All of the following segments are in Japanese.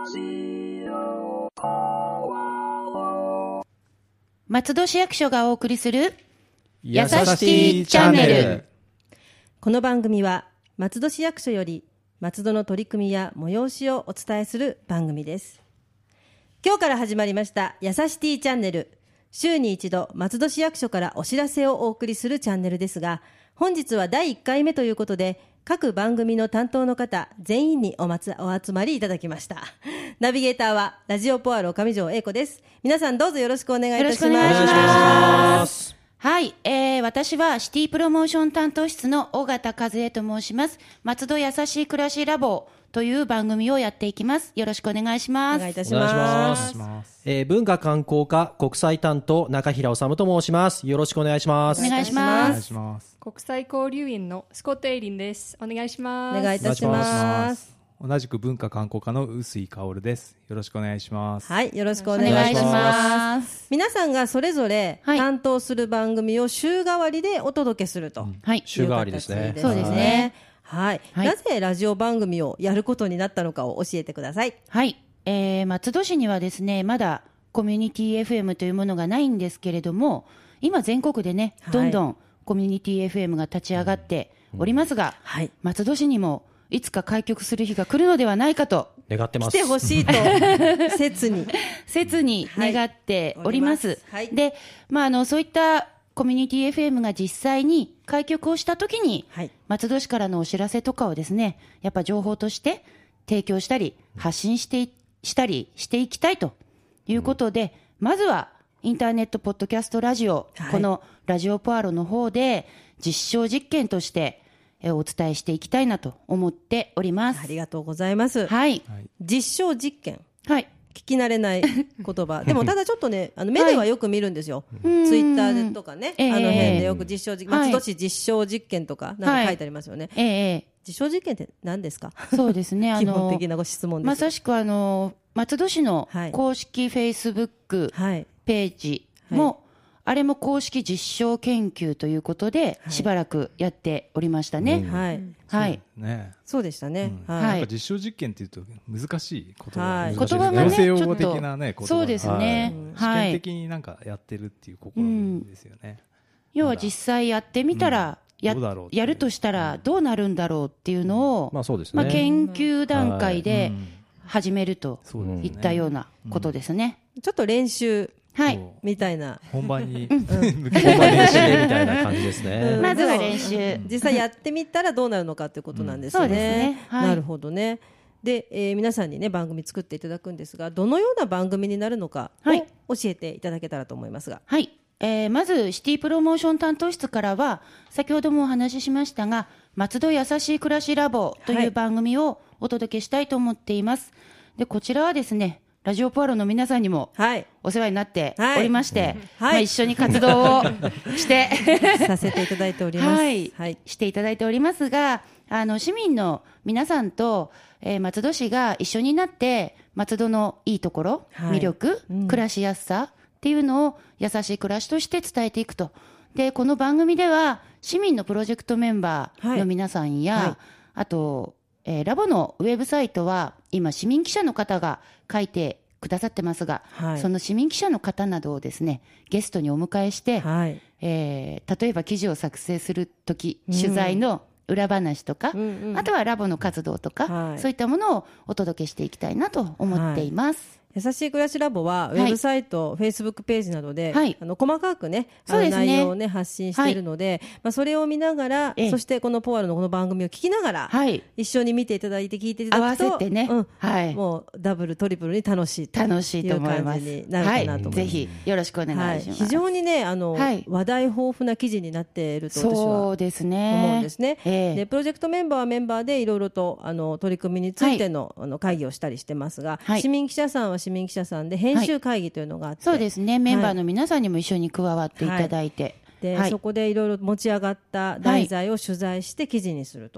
松戸市役所がお送りするやさしティチャンネル。 この番組は松戸市役所より松戸の取り組みや催しをお伝えする番組です。今日から始まりましたやさしティチャンネル。週に一度松戸市役所からお知らせをお送りするチャンネルですが、本日は第1回目ということで、各番組の担当の方全員にお集まりいただきました。ナビゲーターはラジオポアロ上条英子です。皆さんどうぞよろしくお願いいたします。 よろしくお願いします。はい、私はシティプロモーション担当室の尾形和恵と申します。松戸やさしい暮らしラボという番組をやっていきます。よろしくお願いします。 お願いいたします。 文化観光課国際担当中平治と申します。よろしくお願いします。 お願いします。 国際交流員のスコット・エイリンです。お願いします。 お願いいたします。 同じく文化観光課の臼井薫です。よろしくお願いします。 はい、よろしくお願いします。皆さんがそれぞれ担当する番組を週替わりでお届けすると、 はい、 週替わりですね。 そうですね。 はい、なぜラジオ番組をやることになったのかを教えてください。 はい、松戸市にはですね、まだコミュニティ FM というものがないんですけれども、今全国でね、どんどんコミュニティ FM が立ち上がっておりますが、松戸市にもいつか開局する日が来るのではないかと願ってます。 来てほしいと切に願っております。で、そういったコミュニティ FM が実際に開局をしたときに、松戸市からのお知らせとかをですね、やっぱ情報として提供したり発信したりしていきたいということで、まずはインターネットポッドキャストラジオ、このラジオポアロの方で実証実験としてお伝えしていきたいなと思っております。 ありがとうございます。 はい。 実証実験。 はい。 聞き慣れない言葉。でもただちょっとね、目ではよく見るんですよ。ツイッターとかね、あの辺でよく実証実験、松戸市実証実験とかなんか書いてありますよね。実証実験って何ですか？ そうですね。 基本的なご質問です。 まさしく松戸市の公式フェイスブックページも、あれも公式実証研究ということでしばらくやっておりましたね。はい。 そうでしたね。 なんか実証実験っていうと難しい言葉。 言葉がね、 行政用語的なね、言葉。 そうですね。 試験的になんかやってるっていう試みですよね。 要は実際やってみたら、やるとしたらどうなるんだろうっていうのを、研究段階で始めるといったようなことですね。 ちょっと練習みたいな、 本番に練習みたいな感じですね。 まずは練習、 実際やってみたらどうなるのかということなんですね。 そうですね。 なるほどね。で、皆さんにね番組作っていただくんですが、どのような番組になるのかを教えていただけたらと思いますが。 はい。まずシティプロモーション担当室からは、先ほどもお話ししましたが、松戸やさしい暮らしラボという番組をお届けしたいと思っています。で、こちらはですね、ラジオポアロの皆さんにもお世話になっておりまして、一緒に活動をしてさせていただいております。 していただいておりますが、市民の皆さんと、松戸市が一緒になって松戸のいいところ、魅力、暮らしやすさっていうのを優しい暮らしとして伝えていくと。で、この番組では市民のプロジェクトメンバーの皆さんや、あとラボのウェブサイトは今市民記者の方が書いてくださってますが、その市民記者の方などをですね、ゲストにお迎えして、例えば記事を作成するとき、取材の裏話とか、あとはラボの活動とか、そういったものをお届けしていきたいなと思っています。 優しい暮らしラボはウェブサイト、フェイスブックページなどで、細かくね、内容をね発信しているので、それを見ながら、そしてこのポアロのこの番組を聞きながら、一緒に見ていただいて聞いていただくと、 合わせてね、 もうダブルトリプルに楽しいという感じになるかなと思います。 ぜひよろしくお願いします。 非常にね話題豊富な記事になっていると私は思うんですね。でプロジェクトメンバーはメンバーでいろいろと取り組みについての会議をしたりしてますが、市民記者さんは市民記者さんで編集会議というのがあって、 そうですね、メンバーの皆さんにも一緒に加わっていただいて、 でそこでいろいろ持ち上がった題材を取材して記事にすると。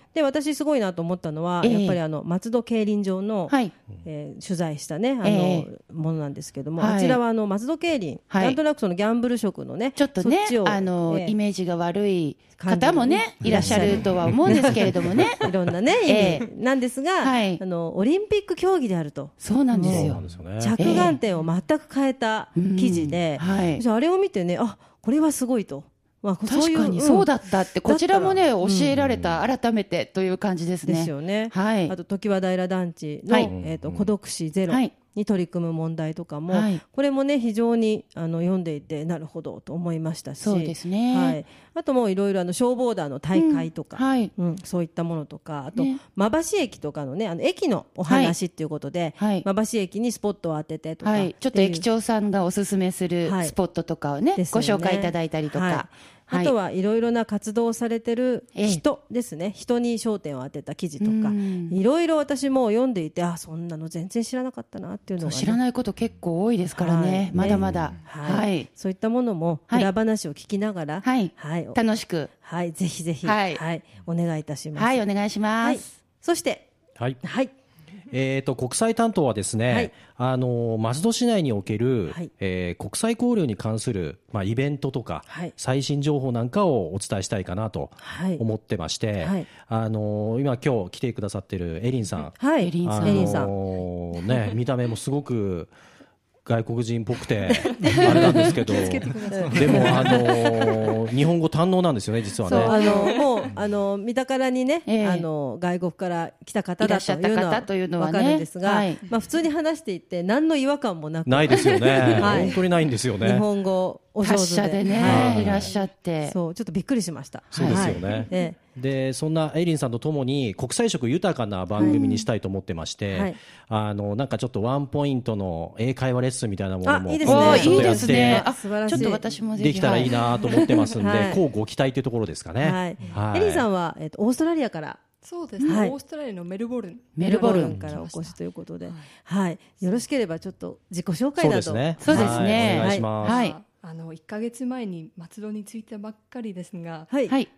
で私すごいなと思ったのは、やっぱり松戸競輪場の、 はい。 取材したねものなんですけども、 はいあちらは松戸競輪、 はいなんとなくそのギャンブル色のねちょっとねそっちを、 イメージが悪い方もねいらっしゃるとは思うんですけれどもねいろんなね、意味なんですが、 はいオリンピック競技であるとそうなんですよそうなんですよね。 着眼点を全く変えた記事で、 はい。 じゃああれを見てね、あ、これはすごいと、まあ、 確かにそうだっったってこちらもねだったら教えられた改めてという感じですね。 ですよね。 はいあと常盤平団地の、 はい孤独死ゼロはいに取り組む問題とかも、 はいこれもね非常に読んでいてなるほどと思いましたし、 そうですねはい、あともういろいろ消防団の大会とか、 はいそういったものとか、あとね馬橋駅とかのね駅のお話っていうことで、 はい馬橋駅にスポットを当ててとか、 はい、ちょっと駅長さんがおすすめするはいスポットとかをね、 ですよねご紹介いただいたりとか、 はいあとはいろいろな活動をされてる人ですね、人に焦点を当てた記事とかうんいろいろ私も読んでいて、あ、そんなの全然知らなかったなっていうのが、ね、 知らないこと結構多いですからね、 はいまだまだ、 はいそういったものも裏話を聞きながら、 はいはい楽しく、 はい、ぜひぜひ、 はいお願いいたします。 はいお願いしまはいす。 そして、 はい。 はい、 国際担当はですね、松戸市内における、 はい国際交流に関する、イベントとか、 はい最新情報なんかをお伝えしたいかなとはい思ってまして、 はい今来てくださってるエリンさん、 はい、 エリンさんエリンさん、 ね、見た目もすごく外国人っぽくてあれなんですけどでも、日本語堪能なんですよね実はそうね。 もう三宝にね、外国から来た方だというのは分かるんですが、 はい普通に話していて何の違和感もなく、 ないですよね、 はい本当にないんですよね。 日本語お上手達者でね、 はいらっしゃって、 そうちょっとびっくりしました。 そうですよね、 はいえでそんなエリンさんとともに国際色豊かな番組にしたいと思ってまして、 はいなんかちょっとワンポイントの英会話レッスンみたいなものもあいいですねおーいいちょっとやってですね。あ、 素晴らしいちょっと私もぜひできたらいいなと思ってますんで、 はいこうご期待というところですかね。 はいはいエリンさんは、オーストラリアからそうですね、 はいオーストラリアのメルボルンメルボルンからお越しということで、はい、よろしければちょっと自己紹そ介などうですね。 そうですねはいお願いします。 はい 1ヶ月前に松戸に着いたばっかりですが、 はい、 はい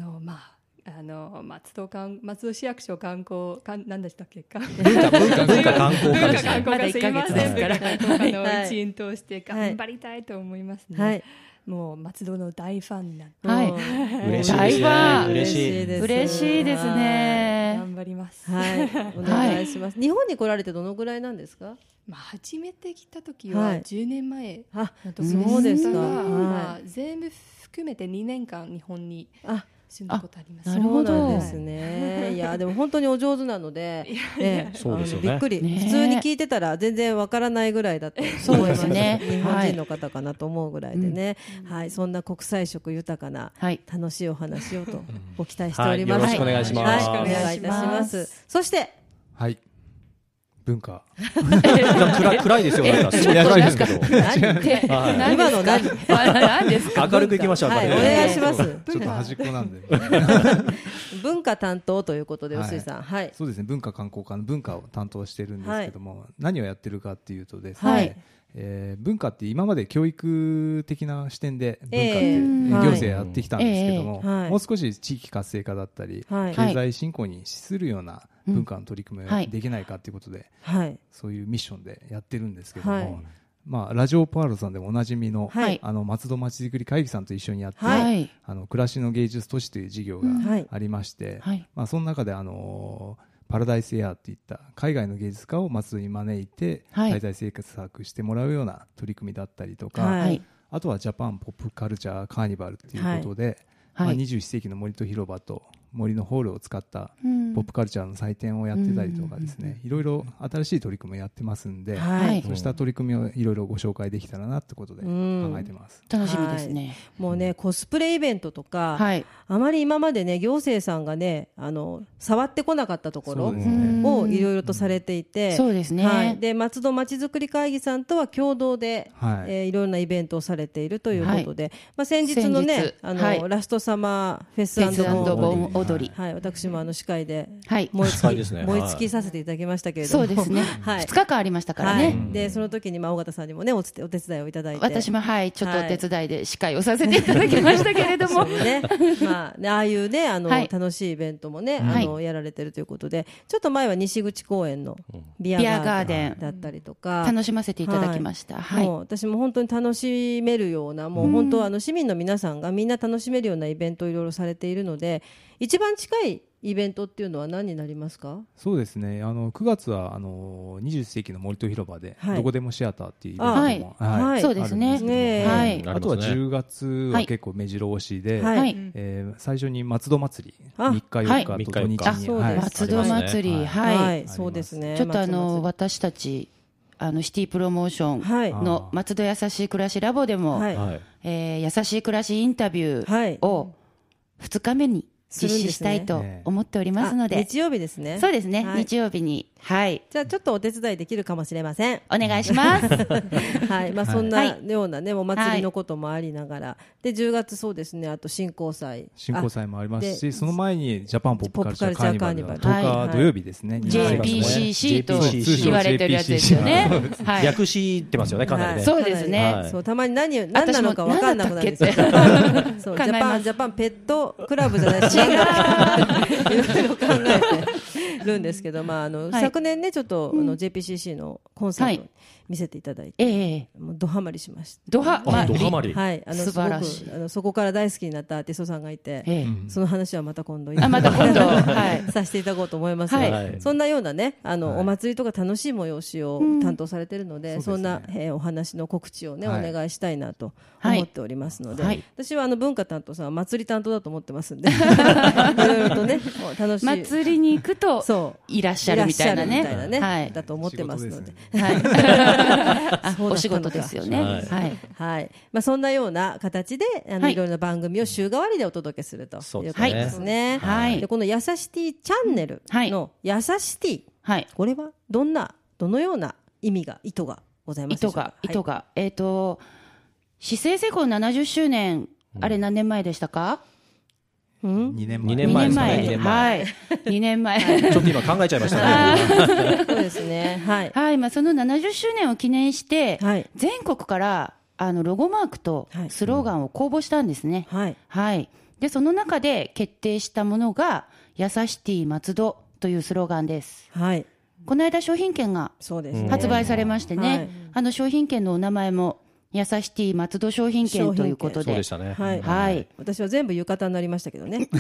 松戸市役所観光何でしたっけか文化観光課ですね。 まだ1ヶ月ですから文化観光課のはい一員として頑張りたいと思いますね、 はいもう松戸の大ファンになってはいうん嬉しいですね大ファン嬉しいです嬉しいですね。 頑張ります、 はい、お願いします。日本に来られてどのぐらいなんですか？ 初めて来た時ははい10年前あ、 の時そうですか。 が、 はい。 全部含めて2年間日本にあ、 住んだことあります。 なるほどそうなんですね。いやでも本当にお上手なので、ね、 そうですよねびっくり、 ね普通に聞いてたら全然わからないぐらいだと思います。 そうですね日本人の方かなと思うぐらいでね。はい、そんな国際色豊かなはい楽しいお話をとご期待しております。 はいよろしくお願いしますはい、お願いいたします。そしてはい。文化。 暗いですよなんかすごいやばいですけど。 何今の何？ 何ですか？ 明るくいきましょう。 はい、お明るく願いします。 ちょっと端っこなんで。 文化担当ということで、 はい臼井さん、はい、 そうですね。文化観光課の文化を担当してるんですけども、何をやってるかっていうとですはいね、文化って今まで教育的な視点で文化ってはい行政やってきたんですけども、 はいもう少し地域活性化だったり、 はい経済振興に資するような文化の取り組みはいができないかということで、 はい、 そういうミッションでやってるんですけども、 はいラジオパールさんでもおなじみの、 はい松戸まちづくり会議さんと一緒にやって、 はい暮らしの芸術都市という事業がはいありまして、 はいその中でパラダイスエアっていった海外の芸術家を松戸に招いて、 はい滞在生活してもらうような取り組みだったりとか、 はいあとはジャパンポップカルチャーカーニバルということで、 はい 21世紀の森と広場と森のホールを使ったうんポップカルチャーの祭典をやってたりとかですね、いろいろ新しい取り組みをやってますんで、 はいそうした取り組みをいろいろご紹介できたらなってことで考えてます。 楽しみですね。 もうねコスプレイベントとか、 はいあまり今までね行政さんがね触ってこなかったところそうですねをいろいろとされていて、 そうですねはい、で松戸まちづくり会議さんとは共同で、 はいいろんなイベントをされているということで、先日のね先日はいラストサマーフェスフェスオーデ踊り、 はい、私も司会ではい燃え司会ですね燃え尽きさせていただきましたけれども、 そうですね、 はい 2日間ありましたからね、 はい、でその時に尾形さんにもねお手伝いをいただいて、 私もはいちょっとお手伝いで司会をさせていただきましたけれども、 ねまあね、ああいうねはい楽しいイベントもねはいやられてるということで、ちょっと前は西口公園のビアガーデンだったりとか楽しませていただきました、はいもう私も本当に楽しめるような、もう本当市民の皆さんがみんな楽しめるようなイベントをいろいろされているので、一番近いイベントっていうのは何になりますか？ そうですね、9月は20世紀の森と広場で、 はいどこでもシアターっていうイベントも、 はいそうですねあるんですけどもねはいあとは10月は結構目白押しで、 はいはい最初に松戸祭りあ 3日4日と土日に、 あそうです松戸祭り、はいはい、そうですね。 ちょっと松戸祭り私たちシティプロモーショはいンの松戸やさしい暮らしラボでも、 はいはい優しい暮らしインタビュはいーを2日目に実施したいと思っておりますので、 日曜日ですね。 そうですね、 はい日曜日に、はい、 じゃあちょっとお手伝いできるかもしれません。 お願いします。 はい、まあそんなはいようなねお祭りのこともありながら、で10月そうですね、あと新興祭もありますでし、その前にジャパンポップカルチャーカーニバルがポップカルチャーカーニバル 10日土曜日ですね、 はい JPCC と JPCC 言われてるやつですよね。はい、 略してますよね、かなりね。 はいそうですねはいそうたまに何なのか分かんなくなるんですよ。そう考えますジャパンペットクラブじゃないし、いろいろ考えてるんですけど、まあい昨年ねちょっとJPCC のコンサートに見せていただいて、 ええもうドハマりしました。 ドハあ、ドハマり。 はい、 素晴らしいすごくそこから大好きになったアーティストさんがいて、 ええその話はまた今度あまた今度はいさせていただこうと思いますが、 はいそんなようなねお祭りとか楽しい催しを担当されているので、そんなお話の告知をね、 はいお願いしたいなとはい思っておりますので、 はい私は文化担当さんは祭り担当だと思ってますんでいろいろとね楽しい祭りに行くとそういらっしゃるみたいなね。 いらっしゃるみたいなね、 はいだと思ってますので。 はいあそうだったのかお仕事ですよね。 ははいい。 はい、まあ、そんなような形ではいいろいろな番組を週替わりでお届けするとそうですねいうことですね。 はいでこのやさしティチャンネルのやさしティ、 はい。 これはどのような意味が意図がございますでしょうか。 意図が、市政施行70周年、あれ何年前でしたかうん 2年 2 前年前ですかね、2 2 年前。 はい。2年前。 ちょっと今考えちゃいましたね。 そうですね。はい。 はい。まあ、その70周年を記念して、 はい。 全国から、ロゴマークとスローガンを公募したんですね。 はい。 はい。で、その中で決定したものが、やさしティ松戸というスローガンです。 はい。 この間商品券がそうですね。 発売されましてね、商品券のお名前も、やさしティ松戸商品券ということで。 そうでしたね。 はい。 はい。 私は全部浴衣になりましたけどね。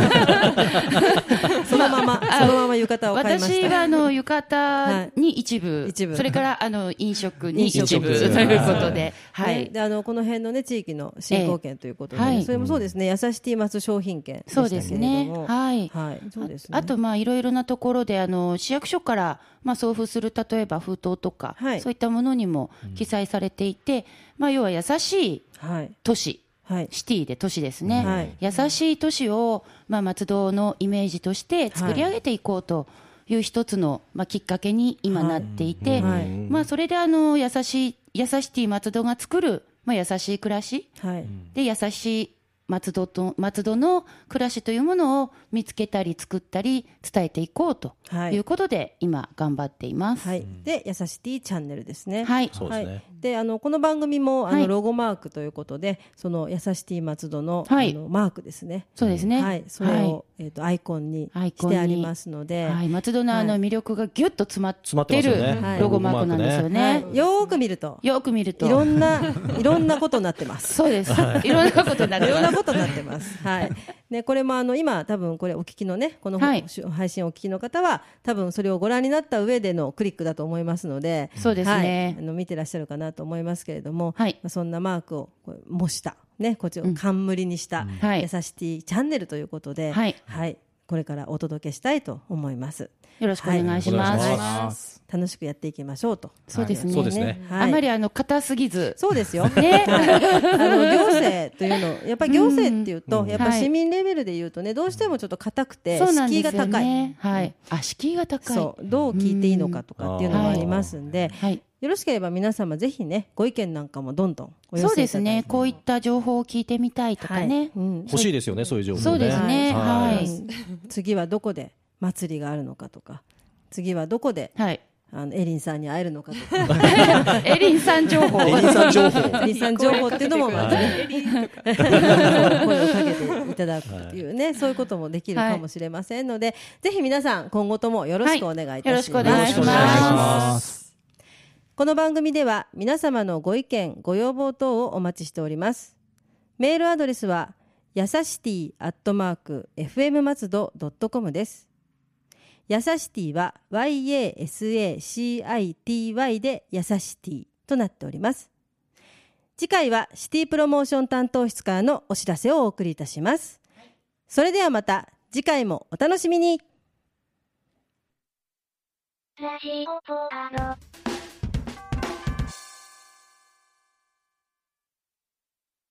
そのまま浴衣を買いました。 私は浴衣に一部、 一部それから飲食に一部飲食ということで、はねい。 でこの辺のね地域の振興券ということで、 はいそれもそうですね。やさしティ松商品券でしたそうけれども、 ですね。はい。 はい、そうですね。 あと、まあ、いろいろなところで、市役所から、まあ、送付する、例えば封筒とか、 はいそういったものにも記載されていて、まあ、要は優しいはい都市、 はいシティで都市ですね。 はい優しい都市を、まあ、松戸のイメージとして作り上げていこうという一つの、まあ、きっかけに今なっていて、 はいまあ、それで優しティ松戸が作る、まあ、優しい暮らしはいで、優しい松戸の暮らしというものを見つけたり作ったり伝えていこうということで、今頑張っています。 はい。でやさしティチャンネルですね。 はい。 そうですね。 はい、でこの番組もはいロゴマークということで、そのやさしティ松戸の、 はいマークですね。 そうですね。 はい、それを、アイコンにしてありますので、 はい、松戸の魅力がぎゅっと詰まってますよるねロゴマークなんですよね。 はい、よーく見るとよく見るといろんなことになってます。 そうです。いろんなことになっていろんまなことになってます。はい。ね、これも今多分これお聞きのね、この、 はい配信をお聞きの方は多分それをご覧になった上でのクリックだと思いますので、 そうですねはい、見てらっしゃるかなと思いますけれども、 はいまあそんなマークをこう模したね、こっちを冠にした、 はいやさしティチャンネルということで、 はいこれからお届けしたいと思います。 よろしくお願いします。 はいお願いします楽しくやっていきましょうと。 そうですね。 そうですねはいあまり硬すぎず。 そうですよ。 ね。 行政というの、やっぱり行政っていうと、やっぱはい市民レベルで言うとね、どうしてもちょっと硬くて、 そうなん敷ですよ居が高い。 ね。はい。敷居が高い。 そう、どう聞いていいのかとかっていうのもありますんで、 はい。 よろしければ皆様ぜひねご意見なんかもどんどんお寄せいただいて。 そうですね、こういった情報を聞いてみたいとかね、 欲しいですよね、そういう情報ね。 そうですね、はい、 次はどこで祭りがあるのかとか、次はどこで、 はい、 エリンさんに会えるのかとかエリンさん情報エリンさん情報っていうのもまたね声をかけていただくというね、そういうこともできるかもしれませんので、ぜひ皆さん今後ともよろしくお願いいたします。 よろしくお願いします。 この番組では皆様のご意見ご要望等をお待ちしております。メールアドレスはやさしティ@fm松戸.com です。やさしティは YASACITY でやさしティとなっております。次回はシティプロモーション担当室からのお知らせをお送りいたします。それではまた次回もお楽しみに。 ラジオポアド